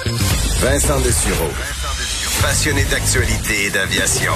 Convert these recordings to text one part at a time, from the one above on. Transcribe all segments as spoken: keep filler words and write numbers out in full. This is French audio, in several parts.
Vincent Dessureau. Passionné d'actualité et d'aviation.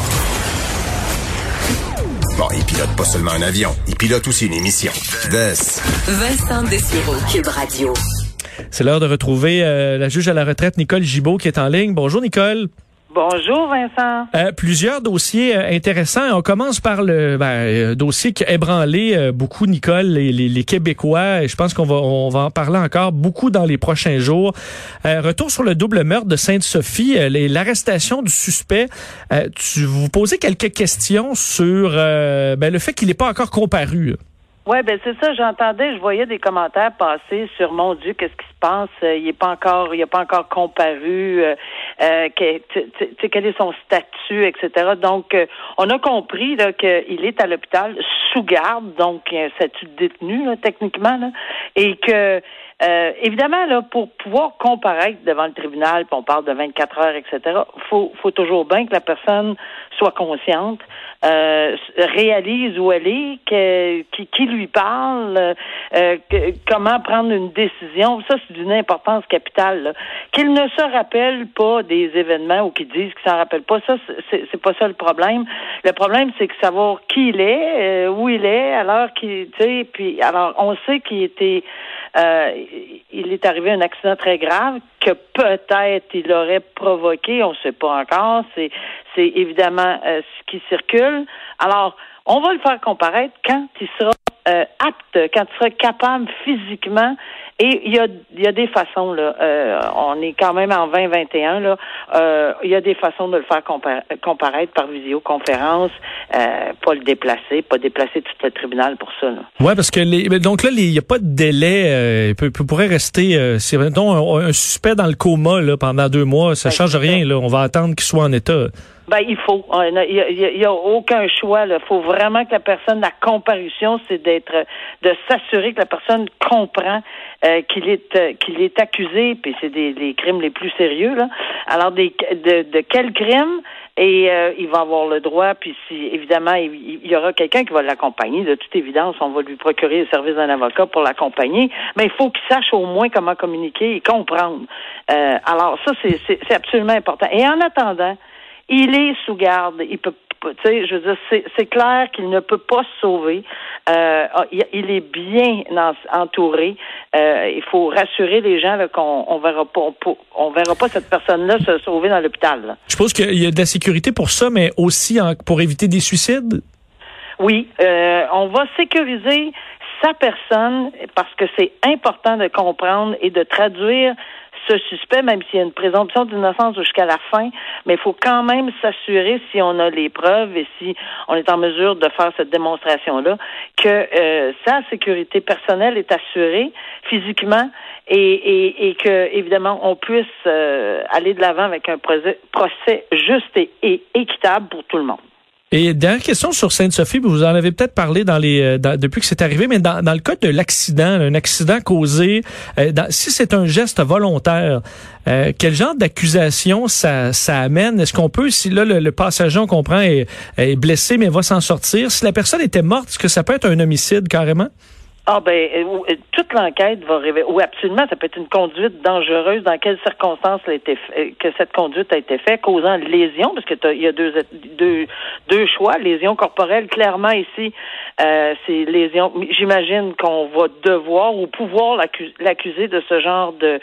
Bon, il pilote pas seulement un avion, il pilote aussi une émission. Vess. Vincent Dessureau, Cube Radio. C'est l'heure de retrouver euh, la juge à la retraite, Nicole Gibault, qui est en ligne. Bonjour, Nicole. Bonjour, Vincent. Euh, plusieurs dossiers euh, intéressants. On commence par le ben, euh, dossier qui a ébranlé euh, beaucoup, Nicole, les, les, les Québécois. Et je pense qu'on va, on va en parler encore beaucoup dans les prochains jours. Euh, retour sur le double meurtre de Sainte-Sophie, euh, les, l'arrestation du suspect. Euh, tu vous posez quelques questions sur euh, ben, le fait qu'il n'est pas encore comparu. Oui, ben c'est ça, j'entendais, je voyais des commentaires passer sur mon Dieu, qu'est-ce qui se passe, euh, il est pas encore, il a pas encore comparu, euh, euh, que, tu sais, quel est son statut, et cetera. Donc, euh, on a compris là qu'il est à l'hôpital sous garde, donc un statut de détenu là, techniquement, là, et que euh, évidemment là, pour pouvoir comparaître devant le tribunal, puis on parle de vingt-quatre heures, et cetera. Faut, faut toujours bien que la personne soit consciente, euh, réalise où elle est, que, qui, qui lui parle, euh, que, comment prendre une décision. Ça, c'est d'une importance capitale. Là. Qu'il ne se rappelle pas des événements ou qu'il dise qu'il s'en rappelle pas, ça, c'est, c'est pas ça le problème. Le problème, c'est que savoir qui il est, euh, où il est, alors qu'il, tu sais, puis alors on sait qu'il était, euh, il est arrivé un accident très grave que peut-être il aurait provoqué, on ne sait pas encore. C'est, c'est évidemment euh, ce qui circule. Alors, on va le faire comparaître quand il sera euh, apte, quand il sera capable physiquement. Et il y a, il y a des façons, là. Euh, on est quand même en vingt vingt et un, là. Euh, il y a des façons de le faire compara- comparaître par visioconférence, euh, pas le déplacer, pas déplacer tout le tribunal pour ça, là. Ouais, parce que les, donc là, il n'y a pas de délai. Euh, il peut, peut, pourrait rester, euh, c'est mettons, un, un suspect dans le coma là pendant deux mois, ça ben, change rien, ça. Là. On va attendre qu'il soit en état. Ben, il faut. Il n'y a, y a, y a aucun choix. Il faut vraiment que la personne, la comparution, c'est d'être, de s'assurer que la personne comprend euh, qu'il est euh, qu'il est accusé, puis c'est des les crimes les plus sérieux, là. Alors, des, de, de quel crime? Et euh, il va avoir le droit, puis si évidemment, il, il y aura quelqu'un qui va l'accompagner, de toute évidence, on va lui procurer le service d'un avocat pour l'accompagner, mais il faut qu'il sache au moins comment communiquer et comprendre. Euh, alors, ça, c'est, c'est, c'est absolument important. Et en attendant, il est sous garde. Il peut, tu sais, je veux dire, c'est, c'est clair qu'il ne peut pas se sauver. Euh, il est bien entouré. Euh, il faut rassurer les gens là, qu'on on verra pas, on, on verra pas cette personne-là se sauver dans l'hôpital. Là. Je pense qu'il y a de la sécurité pour ça, mais aussi en, pour éviter des suicides. Oui, euh, on va sécuriser sa personne parce que c'est important de comprendre et de traduire ce suspect, même s'il y a une présomption d'innocence jusqu'à la fin, mais il faut quand même s'assurer, si on a les preuves et si on est en mesure de faire cette démonstration-là, que euh, sa sécurité personnelle est assurée physiquement et, et, et que, évidemment, on puisse euh, aller de l'avant avec un procès, procès juste et, et équitable pour tout le monde. Et dernière question sur Sainte-Sophie, vous en avez peut-être parlé dans les dans, depuis que c'est arrivé, mais dans, dans le cas de l'accident, un accident causé, euh, dans, si c'est un geste volontaire, euh, quel genre d'accusation ça, ça amène? Est-ce qu'on peut, si là le, le passager, on comprend, est, est blessé mais va s'en sortir, si la personne était morte, est-ce que ça peut être un homicide carrément? Ah ben, euh, toute l'enquête va révéler. Oui, absolument, ça peut être une conduite dangereuse. Dans quelles circonstances elle a été fait, que cette conduite a été faite, causant lésion, parce que il y a deux, deux, deux choix. Lésion corporelle, clairement ici, euh, c'est lésion. J'imagine qu'on va devoir ou pouvoir l'accuser, l'accuser de ce genre de,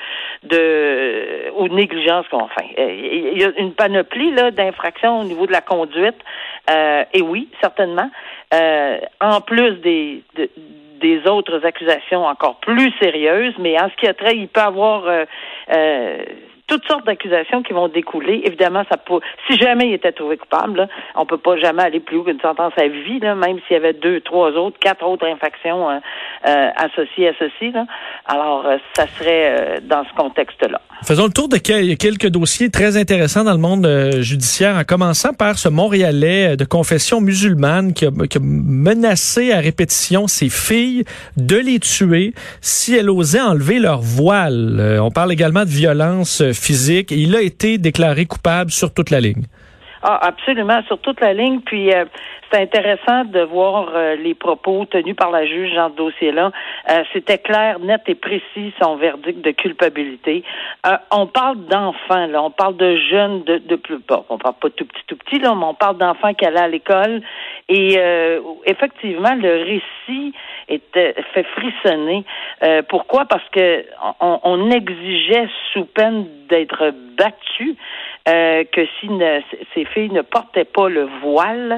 de ou de négligence qu'on fait. Il y a une panoplie là d'infractions au niveau de la conduite. Euh, et oui, certainement. Euh, en plus des de, des autres accusations encore plus sérieuses, mais en ce qui a trait, il peut y avoir euh, euh, toutes sortes d'accusations qui vont découler. Évidemment, ça peut, si jamais il était trouvé coupable, là, on peut pas jamais aller plus haut qu'une sentence à vie, là, même s'il y avait deux, trois autres, quatre autres infractions euh, euh, associées à ceci. Là. Alors, euh, ça serait euh, dans ce contexte-là. Faisons le tour de quelques dossiers très intéressants dans le monde euh, judiciaire, en commençant par ce Montréalais de confession musulmane qui a, qui a menacé à répétition ses filles de les tuer si elles osaient enlever leur voile. Euh, on parle également de violence physique. Et il a été déclaré coupable sur toute la ligne. Ah, absolument, sur toute la ligne. Puis euh, c'est intéressant de voir euh, les propos tenus par la juge dans ce dossier-là. Euh, c'était clair, net et précis son verdict de culpabilité. Euh, on parle d'enfants, là, on parle de jeunes de, de plus bon, on parle pas tout petit, tout petit, là, mais on parle d'enfants qui allaient à l'école. Et euh, effectivement, le récit était fait frissonner. Euh, pourquoi? Parce que on, on exigeait sous peine d'être battus. Euh, que si ne, ces filles ne portaient pas le voile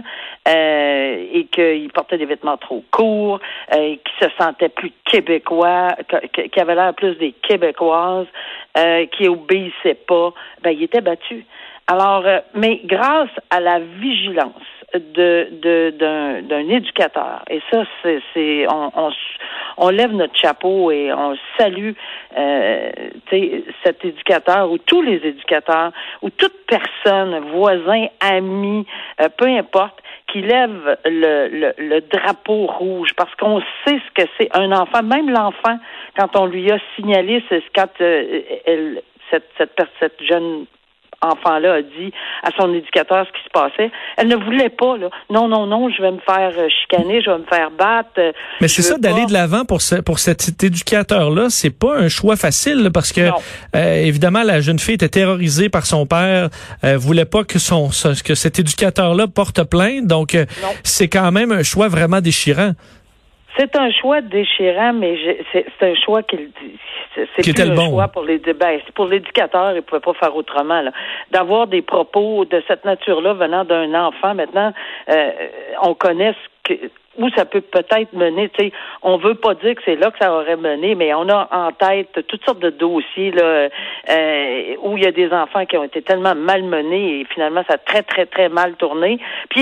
euh, et qu'ils portaient des vêtements trop courts, euh, qu'ils se sentaient plus québécois, qui avaient l'air plus des Québécoises, euh, qui obéissaient pas, ben ils étaient battus. Alors, euh, mais grâce à la vigilance de, de d'un, d'un éducateur, et ça, c'est, c'est on, on, on lève notre chapeau et on salue euh, cet éducateur ou tous les éducateurs ou toute personne, voisin, ami, euh, peu importe, qui lève le, le, le drapeau rouge parce qu'on sait ce que c'est un enfant. Même l'enfant, quand on lui a signalé, c'est quand euh, elle, cette, cette, cette jeune enfant-là a dit à son éducateur ce qui se passait. Elle ne voulait pas, là. Non, non, non, je vais me faire chicaner, je vais me faire battre. Mais c'est ça, pas... d'aller de l'avant pour ce, pour cet éducateur-là, c'est pas un choix facile, là, parce que, euh, évidemment, la jeune fille était terrorisée par son père, euh, voulait pas que son, que cet éducateur-là porte plainte, donc, euh, c'est quand même un choix vraiment déchirant. C'est un choix déchirant, mais je, c'est, c'est un choix qui c'est, c'est plus un bon. choix pour les ben, c'est pour l'éducateur, il pouvait pas faire autrement là. D'avoir des propos de cette nature-là venant d'un enfant, maintenant, euh, on connaît ce que où ça peut peut-être mener, tu sais, on veut pas dire que c'est là que ça aurait mené, mais on a en tête toutes sortes de dossiers là euh, où il y a des enfants qui ont été tellement malmenés et finalement ça a très très très mal tourné. Puis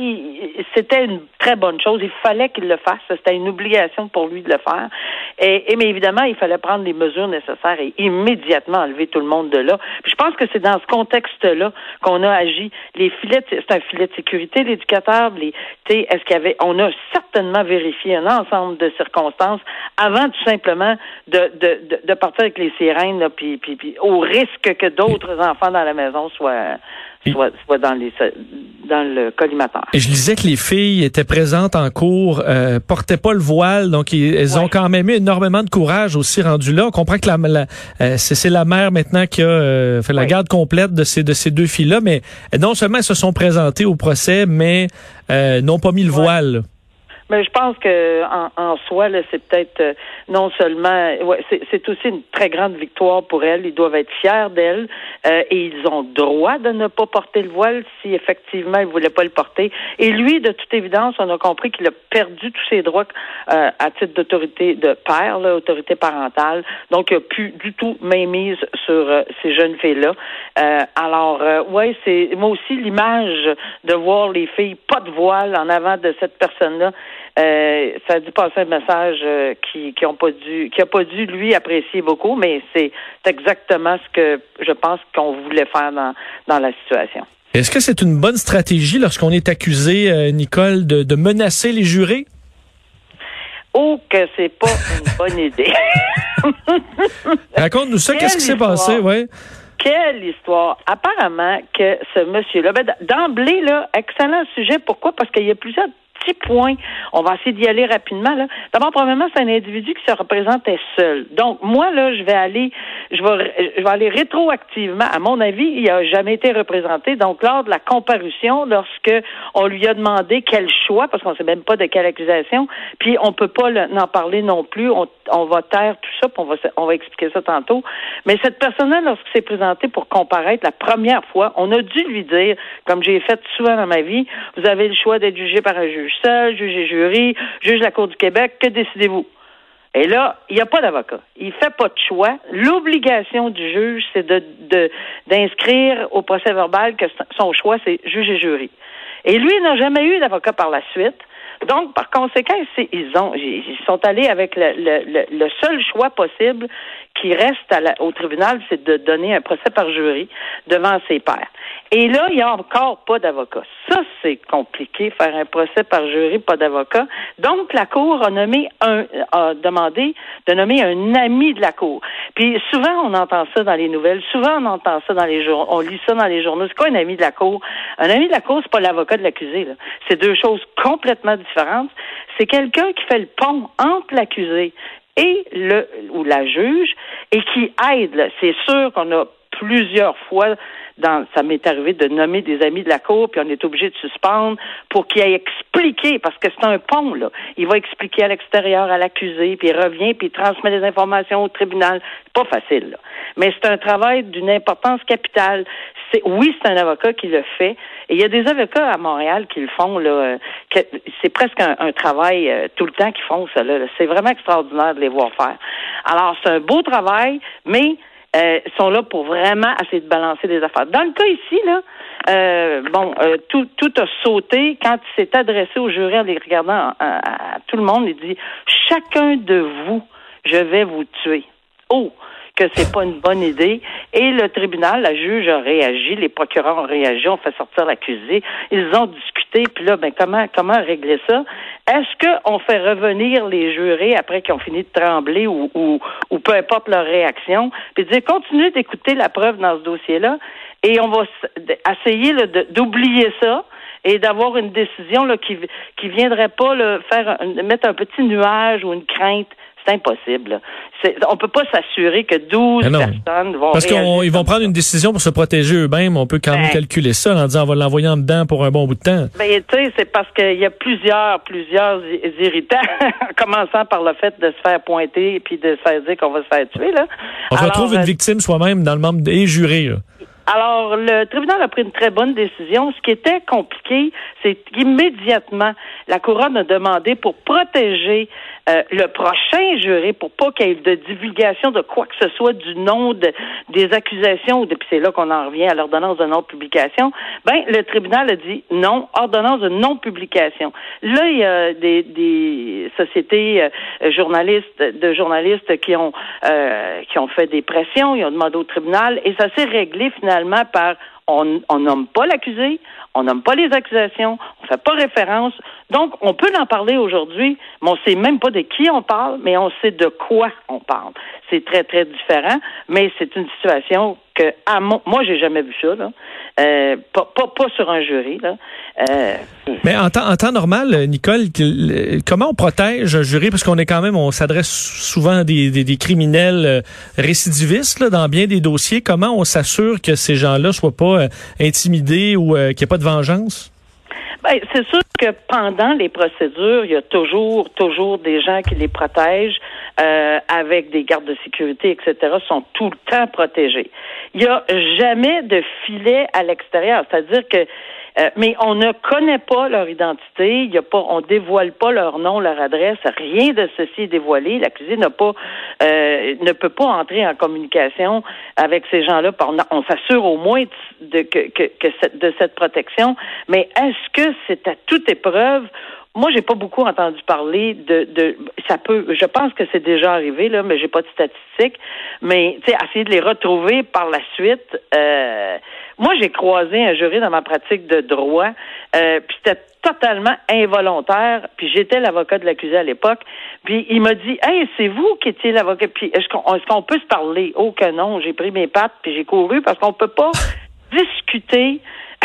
il, c'était une très bonne chose, il fallait qu'il le fasse, c'était une obligation pour lui de le faire. Et, et mais évidemment, il fallait prendre les mesures nécessaires et immédiatement enlever tout le monde de là. Puis je pense que c'est dans ce contexte-là qu'on a agi. Les filets, de, c'est un filet de sécurité, l'éducateur, les, tu sais, est-ce qu'il y avait, on a certainement vérifier un ensemble de circonstances avant tout simplement de, de, de, de partir avec les sirènes, là, puis, puis, puis au risque que d'autres enfants dans la maison soient, soient, soient dans, les, dans le collimateur. Et je disais que les filles étaient présentes en cours, euh, portaient pas le voile, donc ils, elles ouais. ont quand même eu énormément de courage aussi rendu là. On comprend que la, la, euh, c'est, c'est la mère maintenant qui a euh, fait la ouais. garde complète de ces, de ces deux filles-là, mais non seulement elles se sont présentées au procès, mais euh, n'ont pas mis le ouais. voile. Mais je pense que en, en soi, là, c'est peut-être euh, non seulement, ouais, c'est, c'est aussi une très grande victoire pour elles. Ils doivent être fiers d'elles euh, et ils ont droit de ne pas porter le voile si effectivement ils voulaient pas le porter. Et lui, de toute évidence, on a compris qu'il a perdu tous ses droits euh, à titre d'autorité de père, là, autorité parentale. Donc, il n'a plus du tout mainmise sur euh, ces jeunes filles-là. Euh, alors, euh, ouais, c'est moi aussi l'image de voir les filles pas de voile en avant de cette personne-là. Euh, ça a dû passer un message euh, qui qui ont pas dû qui a pas dû lui apprécier beaucoup, mais c'est exactement ce que je pense qu'on voulait faire dans dans la situation. Est-ce que c'est une bonne stratégie lorsqu'on est accusé, euh, Nicole, de, de menacer les jurés? Oh, que c'est pas une bonne idée. Raconte-nous ça, Quelle qu'est-ce qui s'est histoire? passé, ouais? Quelle histoire! Apparemment que ce monsieur-là, ben, d'emblée, là, excellent sujet. Pourquoi? Parce qu'il y a plusieurs petits points. On va essayer d'y aller rapidement, là. D'abord, premièrement, c'est un individu qui se représentait seul. Donc, moi, là, je vais aller, je vais, je vais aller rétroactivement. À mon avis, il n'a jamais été représenté. Donc, lors de la comparution, lorsque on lui a demandé quel choix, parce qu'on ne sait même pas de quelle accusation, puis on peut pas en parler non plus. On, on va taire tout ça, puis on va, on va expliquer ça tantôt. Mais cette personne-là, lorsqu'il s'est présenté pour comparaître la première fois, on a dû lui dire, comme j'ai fait souvent dans ma vie, vous avez le choix d'être jugé par un juge seul, juge et jury, juge de la Cour du Québec, que décidez-vous? Et là, il n'y a pas d'avocat. Il fait pas de choix. L'obligation du juge, c'est de, de d'inscrire au procès verbal que son choix, c'est juge et jury. Et lui, il n'a jamais eu d'avocat par la suite. Donc, par conséquent, c'est, ils ont, ils sont allés avec le, le, le seul choix possible qui reste à la, au tribunal, c'est de donner un procès par jury devant ses pairs. Et là, il n'y a encore pas d'avocat. Ça, c'est compliqué, faire un procès par jury, pas d'avocat. Donc, la Cour a nommé un, a demandé de nommer un ami de la Cour. Puis, souvent, on entend ça dans les nouvelles. Souvent, on entend ça dans les journaux. On lit ça dans les journaux. C'est quoi un ami de la Cour? Un ami de la Cour, c'est pas l'avocat de l'accusé, là. C'est deux choses complètement différentes. C'est quelqu'un qui fait le pont entre l'accusé et le ou la juge et qui aide. Là. C'est sûr qu'on a plusieurs fois, dans, ça m'est arrivé de nommer des amis de la Cour, puis on est obligé de suspendre pour qu'il ait expliqué, parce que c'est un pont, là. Il va expliquer à l'extérieur à l'accusé, puis il revient, puis il transmet les informations au tribunal. C'est pas facile, là. Mais c'est un travail d'une importance capitale. C'est, oui, c'est un avocat qui le fait. Et il y a des avocats à Montréal qui le font, là. Que, c'est presque un, un travail euh, tout le temps qu'ils font, ça, là. C'est vraiment extraordinaire de les voir faire. Alors, c'est un beau travail, mais Euh, sont là pour vraiment essayer de balancer les affaires. Dans le cas ici, là, euh, bon, euh, tout, tout a sauté quand il s'est adressé au jury en les regardant à, à, à tout le monde. Il dit « Chacun de vous, je vais vous tuer. » Oh! Que c'est pas une bonne idée. Et le tribunal, la juge a réagi, les procureurs ont réagi, ont fait sortir l'accusé. Ils ont discuté, puis là, ben comment comment régler ça? Est-ce qu'on fait revenir les jurés après qu'ils ont fini de trembler ou, ou, ou peu importe leur réaction, puis dire continuez d'écouter la preuve dans ce dossier-là et on va essayer là, de, d'oublier ça et d'avoir une décision là, qui qui viendrait pas là, faire mettre un petit nuage ou une crainte. C'est impossible. C'est, on peut pas s'assurer que douze personnes vont Parce qu'ils vont prendre une décision pour se protéger eux-mêmes. On peut quand même ben, calculer ça en disant on va l'envoyer en dedans pour un bon bout de temps. Ben, tu sais, c'est parce qu'il y a plusieurs, plusieurs irritants, commençant par le fait de se faire pointer et puis de se faire dire qu'on va se faire tuer, là. On se retrouve une euh, victime soi-même dans le membre des jurés, là. Alors, le tribunal a pris une très bonne décision. Ce qui était compliqué, c'est qu'immédiatement, la couronne a demandé pour protéger euh, le prochain juré, pour pas qu'il y ait de divulgation de quoi que ce soit du nom de, des accusations, ou de, puis c'est là qu'on en revient à l'ordonnance de non-publication, ben, le tribunal a dit non, ordonnance de non-publication. Là, il y a des, des sociétés euh, journalistes, de journalistes qui ont, euh, qui ont fait des pressions, ils ont demandé au tribunal, et ça s'est réglé finalement par on, on nomme pas l'accusé, on nomme pas les accusations, on fait pas référence. Donc, on peut en parler aujourd'hui, mais on sait même pas de qui on parle, mais on sait de quoi on parle. C'est très, très différent, mais c'est une situation que, à mon, moi, j'ai jamais vu ça, là. Euh, pas, pas, pas sur un jury, là. Euh, mais en temps, en temps normal, Nicole, comment on protège un jury? Parce qu'on est quand même, on s'adresse souvent à des, des, des criminels récidivistes, là, dans bien des dossiers. Comment on s'assure que ces gens-là soient pas euh, intimidés ou euh, qu'il n'y ait pas de vengeance? Ben, c'est sûr que pendant les procédures, il y a toujours, toujours des gens qui les protègent euh, avec des gardes de sécurité, et cetera, sont tout le temps protégés. Il n'y a jamais de filet à l'extérieur, c'est-à-dire que Euh, mais on ne connaît pas leur identité, il y a pas, on dévoile pas leur nom, leur adresse, rien de ceci est dévoilé. L'accusé n'a pas, euh, ne peut pas entrer en communication avec ces gens-là. On, on s'assure au moins de, que, que, que cette, de cette protection. Mais est-ce que c'est à toute épreuve? Moi, j'ai pas beaucoup entendu parler de, de, ça peut, je pense que c'est déjà arrivé, là, mais j'ai pas de statistiques. Mais, tu sais, essayer de les retrouver par la suite, euh, moi, j'ai croisé un jury dans ma pratique de droit, euh, puis c'était totalement involontaire, puis j'étais l'avocat de l'accusé à l'époque, puis il m'a dit « Hey, c'est vous qui étiez l'avocat, puis est-ce qu'on, est-ce qu'on peut se parler? » Oh que non, j'ai pris mes pattes, puis j'ai couru, parce qu'on peut pas discuter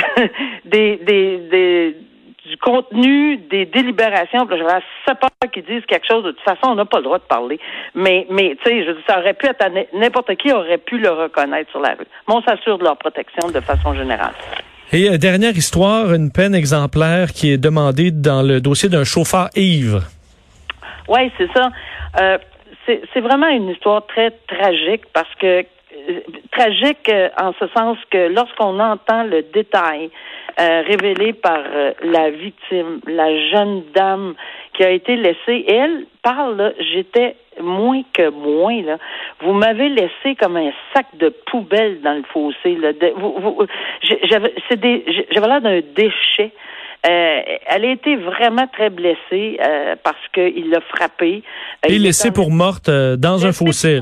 des, des, des du contenu des délibérations. J'avais assez peur qu'ils disent quelque chose. De toute façon, on n'a pas le droit de parler. Mais, mais tu sais, ça aurait pu être, n'importe qui aurait pu le reconnaître sur la rue. Mais on s'assure de leur protection de façon générale. Et euh, dernière histoire, une peine exemplaire qui est demandée dans le dossier d'un chauffeur ivre. Oui, c'est ça. Euh, c'est, c'est vraiment une histoire très tragique parce que tragique euh, en ce sens que lorsqu'on entend le détail euh, révélé par euh, la victime, la jeune dame qui a été laissée, et elle parle, là, j'étais moins que moins, là. Vous m'avez laissé comme un sac de poubelle dans le fossé, là. De, vous, vous, j'avais, c'est des, j'avais l'air d'un déchet. Euh, elle a été vraiment très blessée euh, parce qu'il l'a frappée. Et laissée pour morte euh, dans un fossé. Là.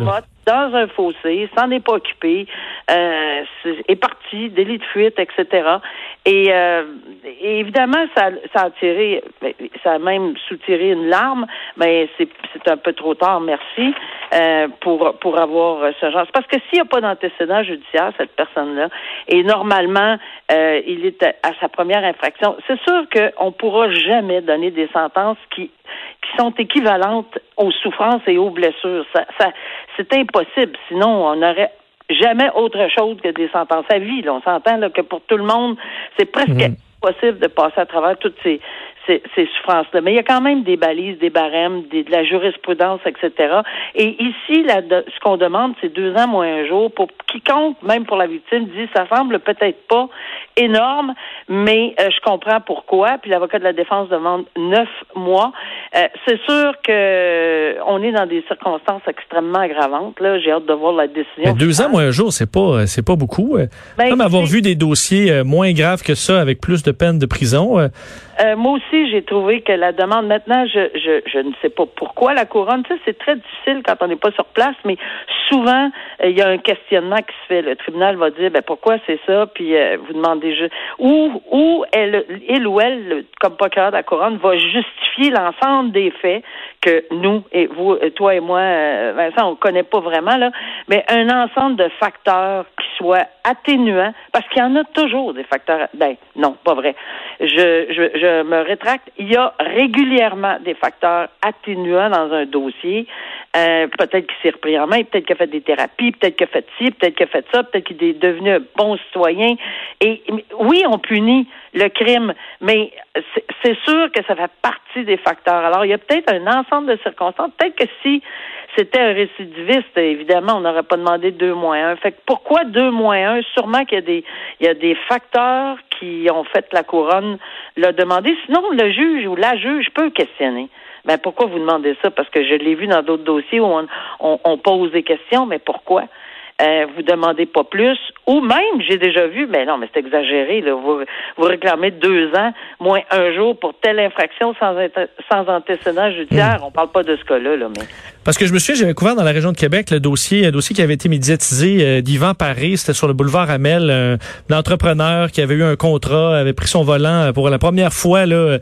dans un fossé, s'en est pas occupé, euh, est parti, délit de fuite, et cetera. Et, euh, et évidemment, ça, ça a tiré, ça a même soutiré une larme, mais c'est, c'est un peu trop tard, merci, euh, pour pour avoir ce genre. C'est parce que s'il n'y a pas d'antécédent judiciaire, cette personne-là, et normalement, euh, il est à, à sa première infraction, c'est sûr qu'on ne pourra jamais donner des sentences qui qui sont équivalentes aux souffrances et aux blessures. Ça, ça, c'est impossible. Sinon, on n'aurait jamais autre chose que des sentences à vie. Là. On s'entend là, que pour tout le monde, c'est presque mmh. impossible de passer à travers toutes ces, ces, ces souffrances-là. Mais il y a quand même des balises, des barèmes, des, de la jurisprudence, et cetera. Et ici, là, de, ce qu'on demande, c'est deux ans moins un jour. Pour quiconque, même pour la victime, dit ça semble peut-être pas énorme, mais euh, je comprends pourquoi. Puis l'avocat de la défense demande neuf mois. Euh, c'est sûr que euh, on est dans des circonstances extrêmement aggravantes. Là, j'ai hâte de voir la décision. Mais deux ans moins un jour, c'est pas c'est pas beaucoup. Ben, Comme avoir vu des dossiers moins graves que ça avec plus de peine de prison. Euh... Euh, moi aussi, j'ai trouvé que la demande, maintenant, je je, je ne sais pas pourquoi la couronne, tu sais, c'est très difficile quand on n'est pas sur place, mais souvent, il euh, y a un questionnement qui se fait. Le tribunal va dire, ben pourquoi c'est ça, puis euh, vous demandez juste, ou, ou elle, il ou elle, comme procureur de la couronne, va justifier l'ensemble des faits que nous, et vous, toi et moi, euh, Vincent, on connaît pas vraiment, là, mais un ensemble de facteurs qui soient atténuants, parce qu'il y en a toujours des facteurs, ben, non, pas vrai. Je, je, je me rétracte. Il y a régulièrement des facteurs atténuants dans un dossier. Euh, peut-être qu'il s'est repris en main, peut-être qu'il a fait des thérapies, peut-être qu'il a fait ci, peut-être qu'il a fait ça, peut-être qu'il est devenu un bon citoyen. Et oui, on punit le crime, mais c'est, c'est sûr que ça fait partie des facteurs. Alors, il y a peut-être un ensemble de circonstances. Peut-être que si c'était un récidiviste, évidemment, on n'aurait pas demandé deux moins un. Fait que pourquoi deux moins un? Sûrement qu'il y a des, il y a des facteurs qui ont fait la couronne l'a demandé. Sinon, le juge ou la juge peut questionner. Ben, pourquoi vous demandez ça? Parce que je l'ai vu dans d'autres dossiers où on, on, on pose des questions, mais pourquoi? Euh, vous demandez pas plus, ou même, j'ai déjà vu, mais non, mais c'est exagéré, là, vous, vous réclamez deux ans, moins un jour pour telle infraction sans, sans antécédent judiciaire. Mmh. On parle pas de ce cas-là, là, mais... Parce que je me souviens, j'avais couvert dans la région de Québec le dossier, un dossier qui avait été médiatisé euh, d'Yvan Paré, c'était sur le boulevard Amel, un, un entrepreneur qui avait eu un contrat, avait pris son volant pour la première fois là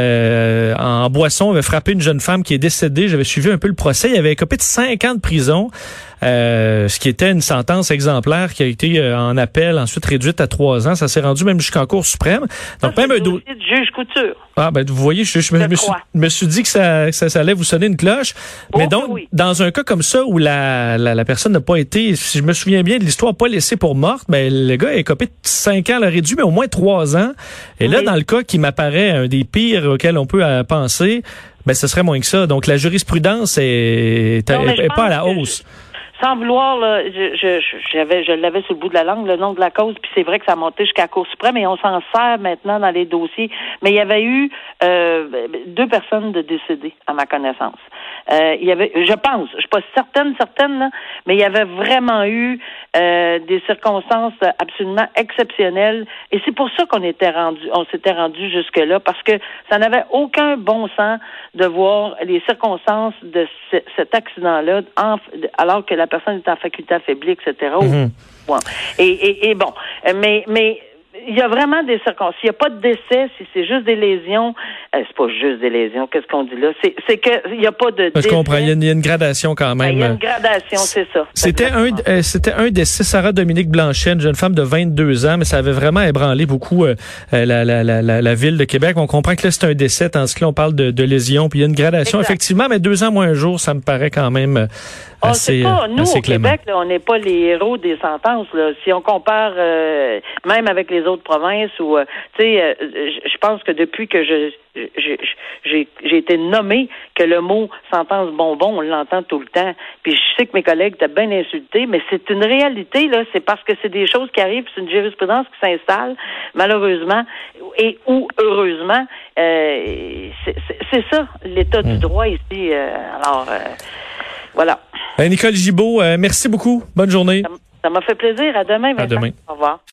euh, en boisson, avait frappé une jeune femme qui est décédée. J'avais suivi un peu le procès, il avait écopé de cinq ans de prison. Euh, ce qui était une sentence exemplaire qui a été euh, en appel, ensuite réduite à trois ans. Ça s'est rendu même jusqu'en Cour suprême. Donc ça, même un dossier de juge Couture. Ah ben vous voyez, je, je, me, me, suis, me suis dit que ça, ça, ça allait vous sonner une cloche. Oh, mais donc, oui. Dans un cas comme ça où la, la, la personne n'a pas été, si je me souviens bien de l'histoire, pas laissée pour morte, ben le gars a écopé de cinq ans, l'a réduit, mais au moins trois ans. Et oui. Là, dans le cas qui m'apparaît un des pires auxquels on peut euh, penser, ben ce serait moins que ça. Donc la jurisprudence est, non, est, est pas à la hausse. Je... Sans vouloir, là, je, je, j'avais, je l'avais sur le bout de la langue, le nom de la cause, puis c'est vrai que ça a monté jusqu'à la Cour suprême, et on s'en sert maintenant dans les dossiers. Mais il y avait eu euh, deux personnes de décédées, à ma connaissance. Euh, il y avait, je pense, je suis pas certaine, certaine, là, mais il y avait vraiment eu euh, des circonstances absolument exceptionnelles, et c'est pour ça qu'on était rendu, on s'était rendu jusque-là, parce que ça n'avait aucun bon sens de voir les circonstances de ce, cet accident-là, en, alors que la personne est en faculté affaiblie, et cetera. Mm-hmm. Bon. Et, et, et bon, mais mais il y a vraiment des circonstances. S'il n'y a pas de décès, si c'est juste des lésions, euh, c'est pas juste des lésions, qu'est-ce qu'on dit là? C'est, c'est que il n'y a pas de décès. Je comprends, il y, a une, il y a une gradation quand même. Il y a une gradation, c'est ça. C'était un, euh, c'était un décès, Sarah Dominique Blanchet, une jeune femme de vingt-deux ans, mais ça avait vraiment ébranlé beaucoup euh, la, la, la, la, la ville de Québec. On comprend que là, c'est un décès, tandis que là, on parle de, de lésions, puis il y a une gradation, exact. Effectivement, mais deux ans moins un jour, ça me paraît quand même assez, oh, c'est pas, nous, assez au clément. Québec, là, on n'est pas les héros des sentences. Là. Si on compare euh, même avec les autres provinces, ou euh, tu sais, euh, je pense que depuis que je J'ai, j'ai, j'ai été nommé que le mot sentence bonbon, on l'entend tout le temps. Puis je sais que mes collègues étaient bien insultés, mais c'est une réalité, là. C'est parce que c'est des choses qui arrivent, c'est une jurisprudence qui s'installe, malheureusement, et ou heureusement. Euh, c'est, c'est, c'est ça, l'état mmh. du droit ici. Euh, alors, euh, voilà. Nicole Gibault, euh, merci beaucoup. Bonne journée. Ça, ça m'a fait plaisir. À demain, Vincent. À demain. Au revoir.